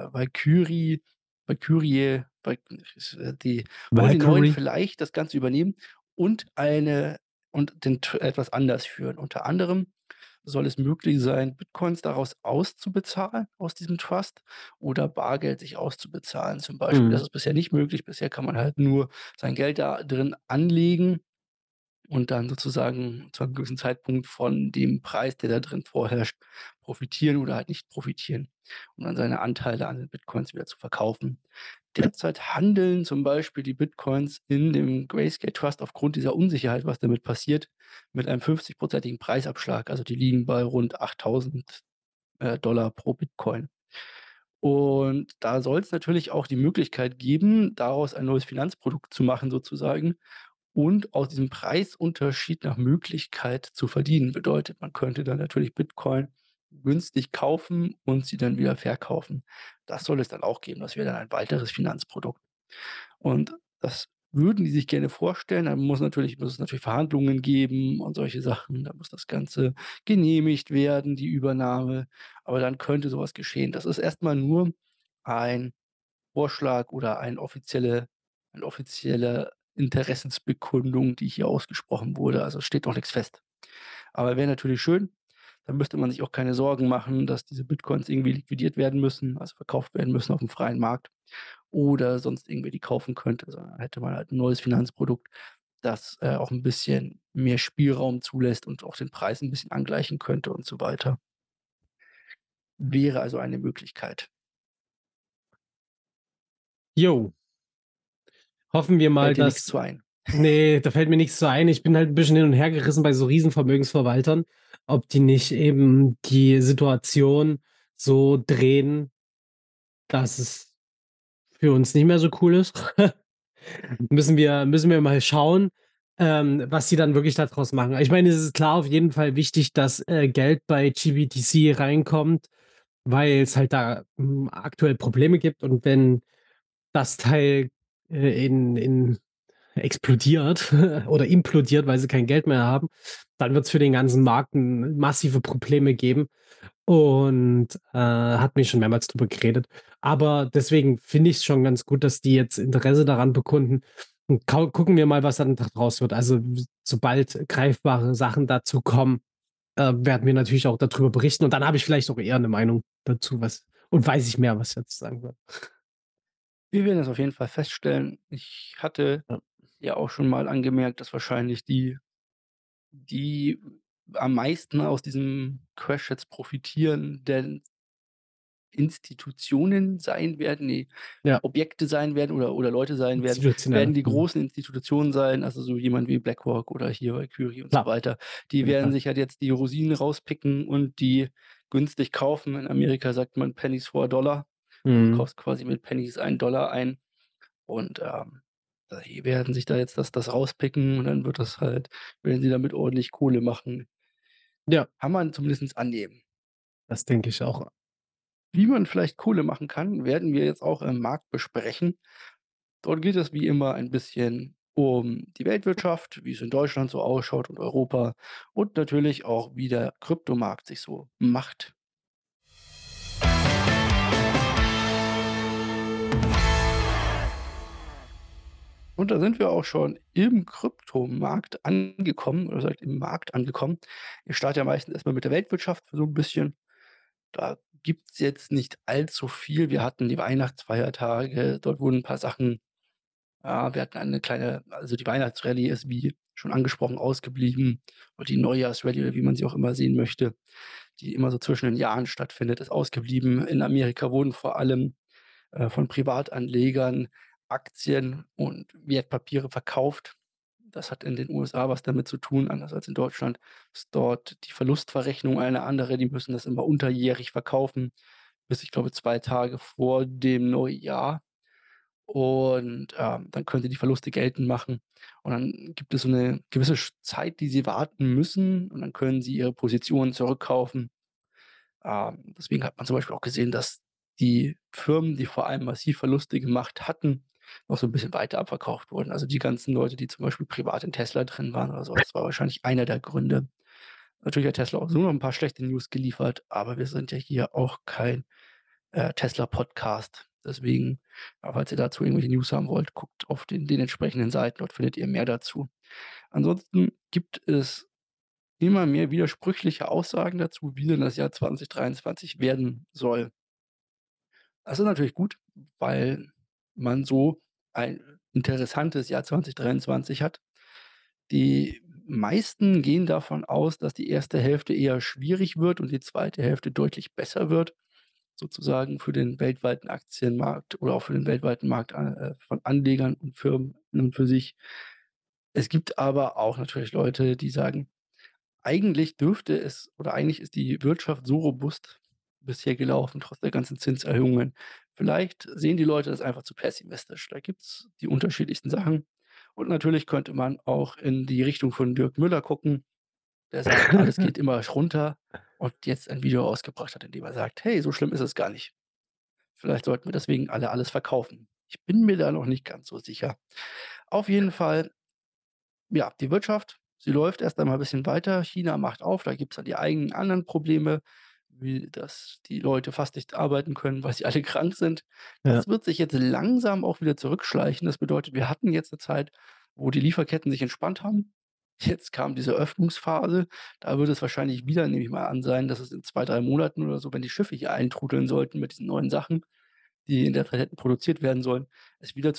die wollen die Neuen Valkyrie. vielleicht das Ganze übernehmen und den etwas anders führen. Unter anderem soll es möglich sein, Bitcoins daraus auszubezahlen, aus diesem Trust oder Bargeld sich auszubezahlen zum Beispiel. Das Mhm. ist bisher nicht möglich. Bisher kann man halt nur sein Geld da drin anlegen und dann sozusagen zu einem gewissen Zeitpunkt von dem Preis, der da drin vorherrscht, profitieren oder halt nicht profitieren, um dann seine Anteile an den Bitcoins wieder zu verkaufen. Derzeit handeln zum Beispiel die Bitcoins in dem Grayscale Trust aufgrund dieser Unsicherheit, was damit passiert, mit einem 50-prozentigen Preisabschlag. Also, die liegen bei rund 8.000 Dollar pro Bitcoin. Und da soll es natürlich auch die Möglichkeit geben, daraus ein neues Finanzprodukt zu machen sozusagen und aus diesem Preisunterschied nach Möglichkeit zu verdienen. Bedeutet, man könnte dann natürlich Bitcoin günstig kaufen und sie dann wieder verkaufen. Das soll es dann auch geben. Das wäre dann ein weiteres Finanzprodukt. Und das würden die sich gerne vorstellen. Da muss es natürlich Verhandlungen geben und solche Sachen. Da muss das Ganze genehmigt werden, die Übernahme. Aber dann könnte sowas geschehen. Das ist erstmal nur ein Vorschlag oder eine offizielle Interessensbekundung, die hier ausgesprochen wurde. Also, es steht noch nichts fest. Aber wäre natürlich schön. Dann müsste man sich auch keine Sorgen machen, dass diese Bitcoins irgendwie liquidiert werden müssen, also verkauft werden müssen auf dem freien Markt oder sonst irgendwer die kaufen könnte, sondern hätte man halt 'n neues Finanzprodukt, das, auch 'n bisschen mehr Spielraum zulässt und auch den Preis 'n bisschen angleichen könnte und so weiter. Wäre also eine Möglichkeit. Jo, hoffen wir mal, Fällt dir nix dass zu ein? ne, da fällt mir nichts so ein. Ich bin halt 'n bisschen hin und hergerissen bei so Riesenvermögensverwaltern, ob die nicht eben die Situation so drehen, dass es für uns nicht mehr so cool ist. Müssen wir mal schauen, was sie dann wirklich da draus machen. Ich meine, es ist klar auf jeden Fall wichtig, dass, Geld bei GBTC reinkommt, weil's halt da, aktuell Probleme gibt und wenn das Teil, in explodiert oder implodiert, weil sie kein Geld mehr haben, dann wird's für den ganzen Markt 'n massive Probleme geben und, hatten wir schon mehrmals drüber geredet. Aber deswegen finde ich's schon ganz gut, dass die jetzt Interesse daran bekunden. Und gucken wir mal, was dann da draus wird. Also, sobald greifbare Sachen dazu kommen, werden wir natürlich auch darüber berichten und dann habe ich vielleicht auch eher 'ne Meinung dazu, was und weiß ich mehr, was ich dazu sagen soll. Wir werden es auf jeden Fall feststellen. Ich hatte Ja. ja auch schon mal angemerkt, dass wahrscheinlich die am meisten aus diesem Crash jetzt profitieren, denn Institutionen sein werden, ne, Ja, Objekte sein werden oder Leute sein werden, werden institutionelle. die Mhm. großen Institutionen sein, also so jemand wie BlackRock oder hier Mercury und so Klar, weiter. auf Die jeden werden Fall. sich halt jetzt die Rosinen rauspicken und die günstig kaufen. In Amerika sagt man Pennies for a Dollar. Also, du Mhm. kaufst quasi mit Pennies $1 ein und, die werden sich da jetzt das rauspicken und dann werden sie damit ordentlich Kohle machen. Ja, Kann man zumindest annehmen. das denke ich auch. Wie man vielleicht Kohle machen kann, werden wir jetzt auch im Markt besprechen. Dort geht es wie immer ein bisschen um die Weltwirtschaft, wie es in Deutschland so ausschaut und Europa und natürlich auch, wie der Kryptomarkt sich so macht. Und da sind wir auch schon im Kryptomarkt angekommen oder sagt im Markt angekommen. Ich starte ja meistens erst mal mit der Weltwirtschaft so ein bisschen. Da gibt's jetzt nicht allzu viel. Wir hatten die Weihnachtsfeiertage, dort wurden ein paar Sachen. Ja, wir hatten eine kleine, also die Weihnachtsrallye ist wie schon angesprochen ausgeblieben und die Neujahrsrallye oder wie man sie auch immer sehen möchte, die immer so zwischen den Jahren stattfindet, ist ausgeblieben. In Amerika wurden vor allem, von Privatanlegern Aktien und Wertpapiere verkauft. Das hat in den USA was damit zu tun, anders als in Deutschland ist dort die Verlustverrechnung eine andere. Die müssen das immer unterjährig verkaufen bis, ich glaube, 2 Tage vor dem Neujahr. Und, dann können sie die Verluste geltend machen. Und dann gibt es so eine gewisse Zeit, die sie warten müssen und dann können sie ihre Positionen zurückkaufen. Deswegen hat man zum Beispiel auch gesehen, dass die Firmen, die vor allem massiv Verluste gemacht hatten, noch so ein bisschen weiter abverkauft wurden. Also, die ganzen Leute, die zum Beispiel privat in Tesla drin waren oder so was, war wahrscheinlich einer der Gründe. Natürlich hat Tesla auch so noch ein paar schlechte News geliefert, aber wir sind ja hier auch kein, Tesla-Podcast. Deswegen, falls ihr dazu irgendwelche News haben wollt, guckt auf den entsprechenden Seiten, dort findet ihr mehr dazu. Ansonsten gibt es immer mehr widersprüchliche Aussagen dazu, wie denn das Jahr 2023 werden soll. Das ist natürlich gut, weil man so ein interessantes Jahr 2023 hat. Die meisten gehen davon aus, dass die erste Hälfte eher schwierig wird und die zweite Hälfte deutlich besser wird, sozusagen für den weltweiten Aktienmarkt oder auch für den weltweiten Markt, von Anlegern und Firmen an und für sich. Es gibt aber auch natürlich Leute, die sagen: „Eigentlich dürfte es oder eigentlich ist die Wirtschaft so robust bisher gelaufen, trotz der ganzen Zinserhöhungen.“ Vielleicht sehen die Leute das einfach zu pessimistisch. Da gibt's die unterschiedlichsten Sachen. Und natürlich könnte man auch in die Richtung von Dirk Müller gucken, der sagt, alles geht immer runter und jetzt ein Video rausgebracht hat, in dem er sagt: „Hey, so schlimm ist es gar nicht. Vielleicht sollten wir deswegen alle alles verkaufen.“ Ich bin mir da noch nicht ganz so sicher. Auf jeden Fall, ja, die Wirtschaft, sie läuft erst einmal ein bisschen weiter. China macht auf, da gibt's dann die eigenen anderen Probleme, wie dass die Leute fast nicht arbeiten können, weil sie alle krank sind. Ja, Das wird sich jetzt langsam auch wieder zurückschleichen. Das bedeutet, wir hatten jetzt eine Zeit, wo die Lieferketten sich entspannt haben. Jetzt kam diese Öffnungsphase. Da wird es wahrscheinlich wieder, nehme ich mal an, sein, dass es in 2, 3 Monaten oder so, wenn die Schiffe hier eintrudeln sollten mit diesen neuen Sachen, die in der Zeit hätten produziert werden sollen, es wieder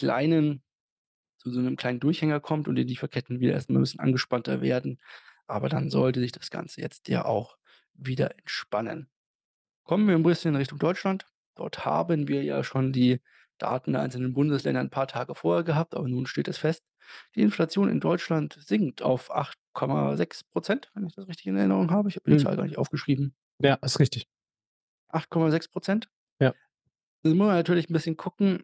zu so 'nem kleinen Durchhänger kommt und die Lieferketten wieder erst mal 'n bisschen angespannter werden. Aber dann sollte sich das Ganze jetzt ja auch wieder entspannen. Kommen wir 'n bisschen Richtung Deutschland. Dort haben wir ja schon die Daten der einzelnen Bundesländer 'n paar Tage vorher gehabt, aber nun steht es fest: Die Inflation in Deutschland sinkt auf 8,6%, wenn ich das richtig in Erinnerung habe. Ich habe mir die mhm. Zahl gar nicht aufgeschrieben. Ja, ist richtig. 8,6%. Ja, Da muss man natürlich 'n bisschen gucken.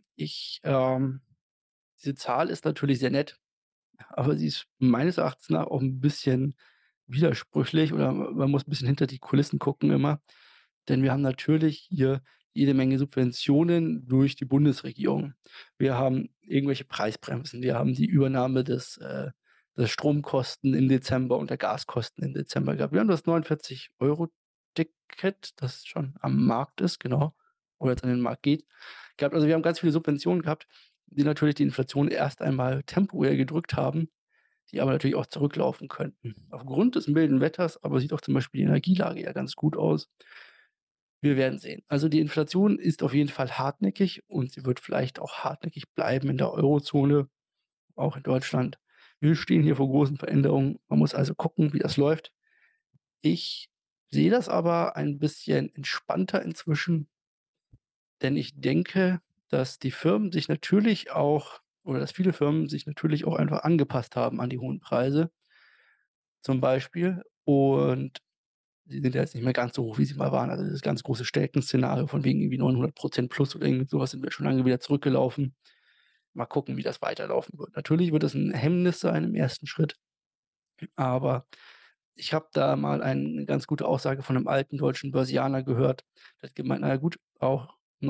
Diese Zahl ist natürlich sehr nett. Aber sie ist meines Erachtens nach auch 'n bisschen widersprüchlich oder man muss 'n bisschen hinter die Kulissen gucken immer, denn wir haben natürlich hier jede Menge Subventionen durch die Bundesregierung. Wir haben irgendwelche Preisbremsen, wir haben die Übernahme des Stromkosten im Dezember und der Gaskosten im Dezember gehabt. Wir haben das 49-Euro-Ticket, das schon am Markt ist, genau, oder jetzt an den Markt geht, gehabt. Also, wir haben ganz viele Subventionen gehabt, die natürlich die Inflation erst einmal temporär gedrückt haben, die aber natürlich auch zurücklaufen könnten. Aufgrund des milden Wetters aber sieht auch zum Beispiel die Energielage ja ganz gut aus. Wir werden sehen. Also, die Inflation ist auf jeden Fall hartnäckig und sie wird vielleicht auch hartnäckig bleiben in der Eurozone, auch in Deutschland. Wir stehen hier vor großen Veränderungen. Man muss also gucken, wie das läuft. Ich sehe das aber ein bisschen entspannter inzwischen, denn ich denke, dass die Firmen sich natürlich auch oder dass viele Firmen sich natürlich auch einfach angepasst haben an die hohen Preise zum Beispiel. Und die sind ja jetzt nicht mehr ganz so hoch, wie sie mal waren. Also, das ganz große Stärkenszenario von wegen irgendwie 900% plus oder irgend so sind wir schon lange wieder zurückgelaufen. Mal gucken, wie das weiterlaufen wird. Natürlich wird es 'n Hemmnis sein im ersten Schritt, aber ich habe da mal 'ne ganz gute Aussage von 'nem alten deutschen Börsianer gehört. Der hat gemeint: „Na ja gut, auch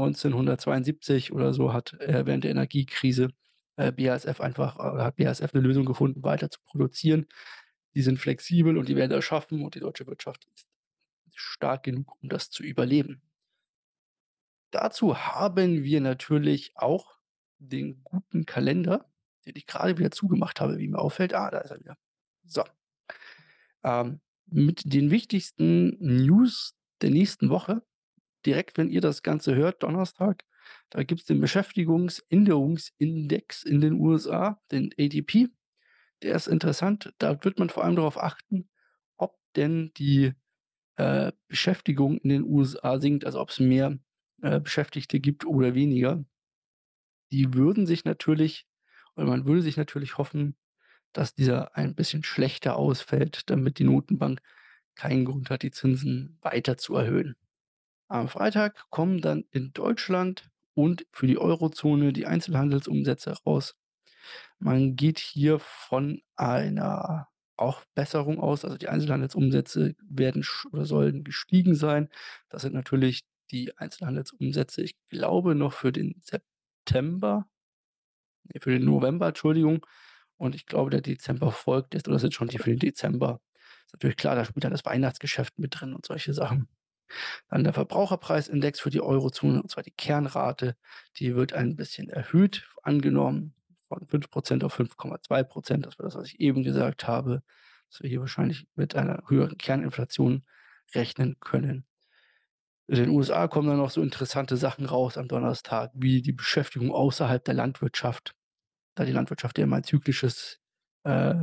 1972 oder so hat, während der Energiekrise, BASF einfach hat BASF 'ne Lösung gefunden, weiter zu produzieren. Die sind flexibel und die werden das schaffen und die deutsche Wirtschaft ist stark genug, um das zu überleben.“ Dazu haben wir natürlich auch den guten Kalender, den ich grade wieder zugemacht habe, wie mir auffällt. Ah, da ist er wieder. So, mit den wichtigsten News der nächsten Woche, direkt, wenn ihr das Ganze hört, Donnerstag, da gibt's den Beschäftigungsänderungsindex in den USA, den ADP. Der ist interessant. Da wird man vor allem darauf achten, ob denn die Beschäftigung in den USA sinkt, also ob es mehr, Beschäftigte gibt oder weniger. Die würden sich natürlich oder man würde sich natürlich hoffen, dass dieser ein bisschen schlechter ausfällt, damit die Notenbank keinen Grund hat, die Zinsen weiter zu erhöhen. Am Freitag kommen dann in Deutschland und für die Eurozone die Einzelhandelsumsätze raus. Man geht hier von einer auch Besserung aus. Also, die Einzelhandelsumsätze werden oder sollen gestiegen sein. Das sind natürlich die Einzelhandelsumsätze, ich glaube, noch für den September, ne, für den November, Entschuldigung. Und ich glaube, der Dezember folgt jetzt oder sind schon die für den Dezember. Ist natürlich klar, da spielt dann das Weihnachtsgeschäft mit drin und solche Sachen. Dann der Verbraucherpreisindex für die Eurozone, und zwar die Kernrate, die wird ein bisschen erhöht angenommen von 5% auf 5,2%. Das war das, was ich eben gesagt habe, dass wir hier wahrscheinlich mit einer höheren Kerninflation rechnen können. In den USA kommen dann noch so interessante Sachen raus am Donnerstag, wie die Beschäftigung außerhalb der Landwirtschaft, da die Landwirtschaft ja immer ein äh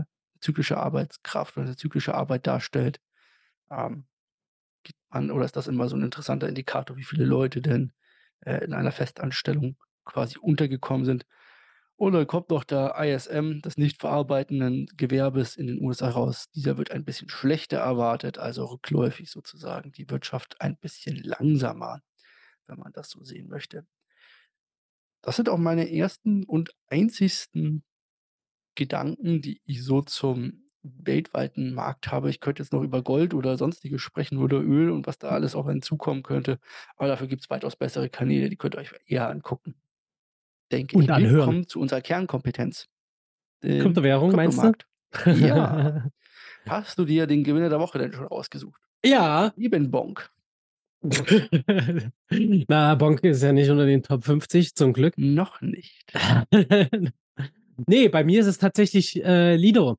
zyklische Arbeitskraft oder 'ne zyklische Arbeit darstellt. Ähm, Gibt man oder ist das immer so 'n interessanter Indikator, wie viele Leute denn, in einer Festanstellung quasi untergekommen sind. Und dann kommt noch der ISM des nicht verarbeitenden Gewerbes in den USA raus. Dieser wird ein bisschen schlechter erwartet, also rückläufig sozusagen. Die Wirtschaft ein bisschen langsamer, wenn man das so sehen möchte. Das sind auch meine ersten und einzigsten Gedanken, die ich so zum weltweiten Markt habe. Ich könnte jetzt noch über Gold oder Sonstiges sprechen oder Öl und was da alles auf einen zukommen könnte, aber dafür gibt es weitaus bessere Kanäle, die könnt ihr euch eher angucken, denke Und ich. Wir anhören. kommen zu unserer Kernkompetenz, dem Kryptowährung, meinst du? Kryptomarkt. Ja, hast du dir den Gewinner der Woche denn schon ausgesucht? Ja. Lieben Bonk. Na, Bonk ist ja nicht unter den Top 50, zum Glück. Noch nicht. Ne, bei mir ist es tatsächlich, Lido.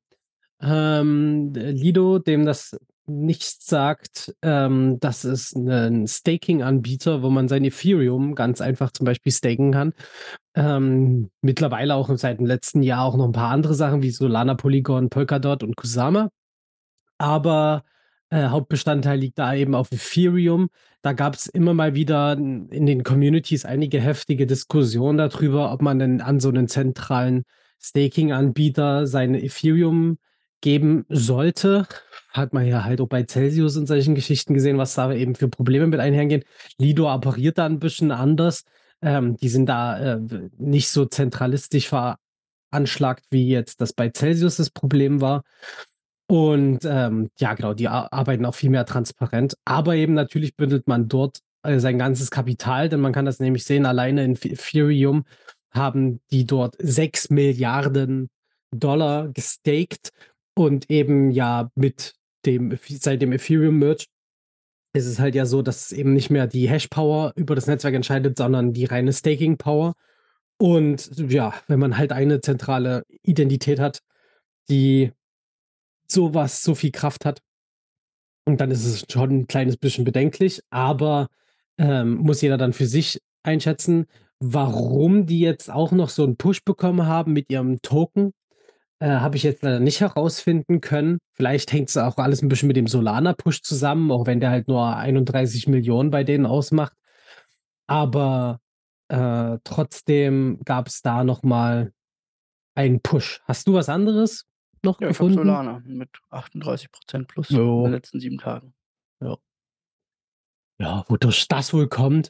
Lido, dem das nichts sagt, das ist 'nen Staking-Anbieter, wo man sein Ethereum ganz einfach zum Beispiel staken kann. Mittlerweile auch seit dem letzten Jahr auch noch 'n paar andere Sachen wie Solana, Polygon, Polkadot und Kusama. Aber, Hauptbestandteil liegt da eben auf Ethereum. Da gab es immer mal wieder in den Communities einige heftige Diskussionen darüber, ob man denn an so einen zentralen Staking-Anbieter sein Ethereum geben sollte. Hat man ja halt auch bei Celsius und solchen Geschichten gesehen, was da eben für Probleme mit einhergehen. Lido operiert da ein bisschen anders. Die sind da, nicht so zentralistisch veranschlagt, wie jetzt das bei Celsius das Problem war. Und, ja, genau, die arbeiten auch viel mehr transparent. Aber eben natürlich bündelt man dort, sein ganzes Kapital, denn man kann das nämlich sehen, alleine in Ethereum haben die dort 6 Milliarden Dollar gestaked und eben ja mit dem seit dem Ethereum-Merge ist es halt ja so, dass eben nicht mehr die Hash-Power über das Netzwerk entscheidet, sondern die reine Staking-Power. Und ja, wenn man halt eine zentrale Identität hat, die so viel Kraft hat, und dann ist es schon 'n kleines bisschen bedenklich, aber, muss jeder dann für sich einschätzen. Warum die jetzt auch noch so 'n Push bekommen haben mit ihrem Token, habe ich jetzt leider nicht herausfinden können. Vielleicht hängt's auch alles 'n bisschen mit dem Solana-Push zusammen, auch wenn der halt nur 31 Millionen bei denen ausmacht. Aber, trotzdem gab's da noch mal einen Push. Hast du was anderes noch Ja, ich habe gefunden? Solana mit 38% plus in den Jo, letzten 7 Tagen. ja. Ja, wodurch das wohl kommt?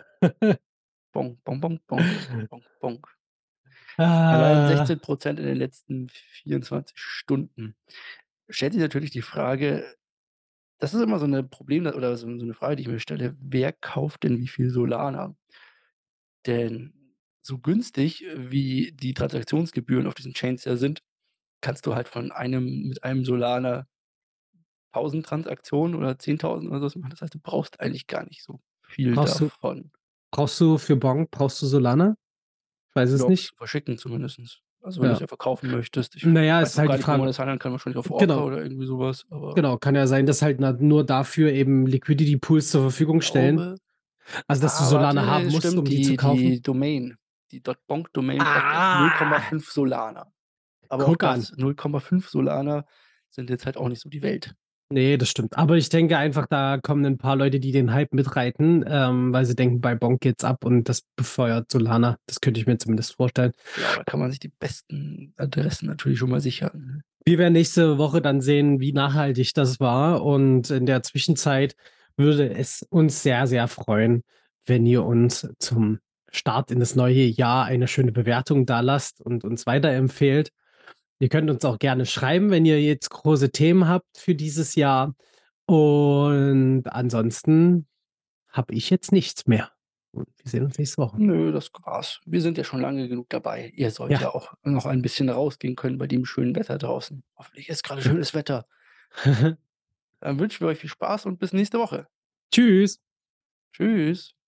Bonk, bonk, bonk, bonk, bonk, bonk. Allein Ah, 16% in den letzten 24 Stunden. Stellt sich natürlich die Frage, das ist immer so 'ne Problem oder so 'ne Frage, die ich mir stelle: Wer kauft denn wie viel Solana? Denn so günstig, wie die Transaktionsgebühren auf diesen Chains ja sind, kannst du halt von einem mit einem Solana 1.000 Transaktionen oder 10.000 oder so was machen. Das heißt, du brauchst eigentlich gar nicht so viel brauchst du davon. brauchst du für Bonk brauchst du Solana? Ich weiß es Ja, nicht. zu verschicken zumindestens. Also, wenn du's Ja. ja verkaufen möchtest. Ich Na ja, weiß ist auch halt gar die nicht, wo man Frage, das handeln kann, wahrscheinlich auf Orca genau, oder irgendwie so was, aber genau, kann ja sein, dass halt nur dafür eben Liquidity Pools zur ich Verfügung stellen. glaube, Also, dass du warte, Solana ne, haben das musst, stimmt, um die zu die kaufen. Domain, die .bonk-Domain braucht auch Ah, 0,5 Solana. Aber auch guck an. das, 0,5 Solana sind jetzt halt auch nicht so die Welt. Ne, das stimmt. Aber ich denke einfach, da kommen 'n paar Leute, die den Hype mitreiten, weil sie denken, bei Bonk geht's ab und das befeuert Solana. Das könnte ich mir zumindest vorstellen. Ja, da kann man sich die besten Adressen natürlich schon mal sichern, ne? Wir werden nächste Woche dann sehen, wie nachhaltig das war. Und in der Zwischenzeit würde es uns sehr, sehr freuen, wenn ihr uns zum Start in das neue Jahr eine schöne Bewertung dalasst und uns weiterempfehlt. Ihr könnt uns auch gerne schreiben, wenn ihr jetzt große Themen habt für dieses Jahr. Und ansonsten habe ich jetzt nichts mehr. Und wir sehen uns nächste Woche. Nö, das war's. Wir sind ja schon lange genug dabei. Ihr sollt Ja. ja auch noch ein bisschen rausgehen können bei dem schönen Wetter draußen. Hoffentlich ist grade schönes Wetter. Dann wünschen wir euch viel Spaß und bis nächste Woche. Tschüss. Tschüss.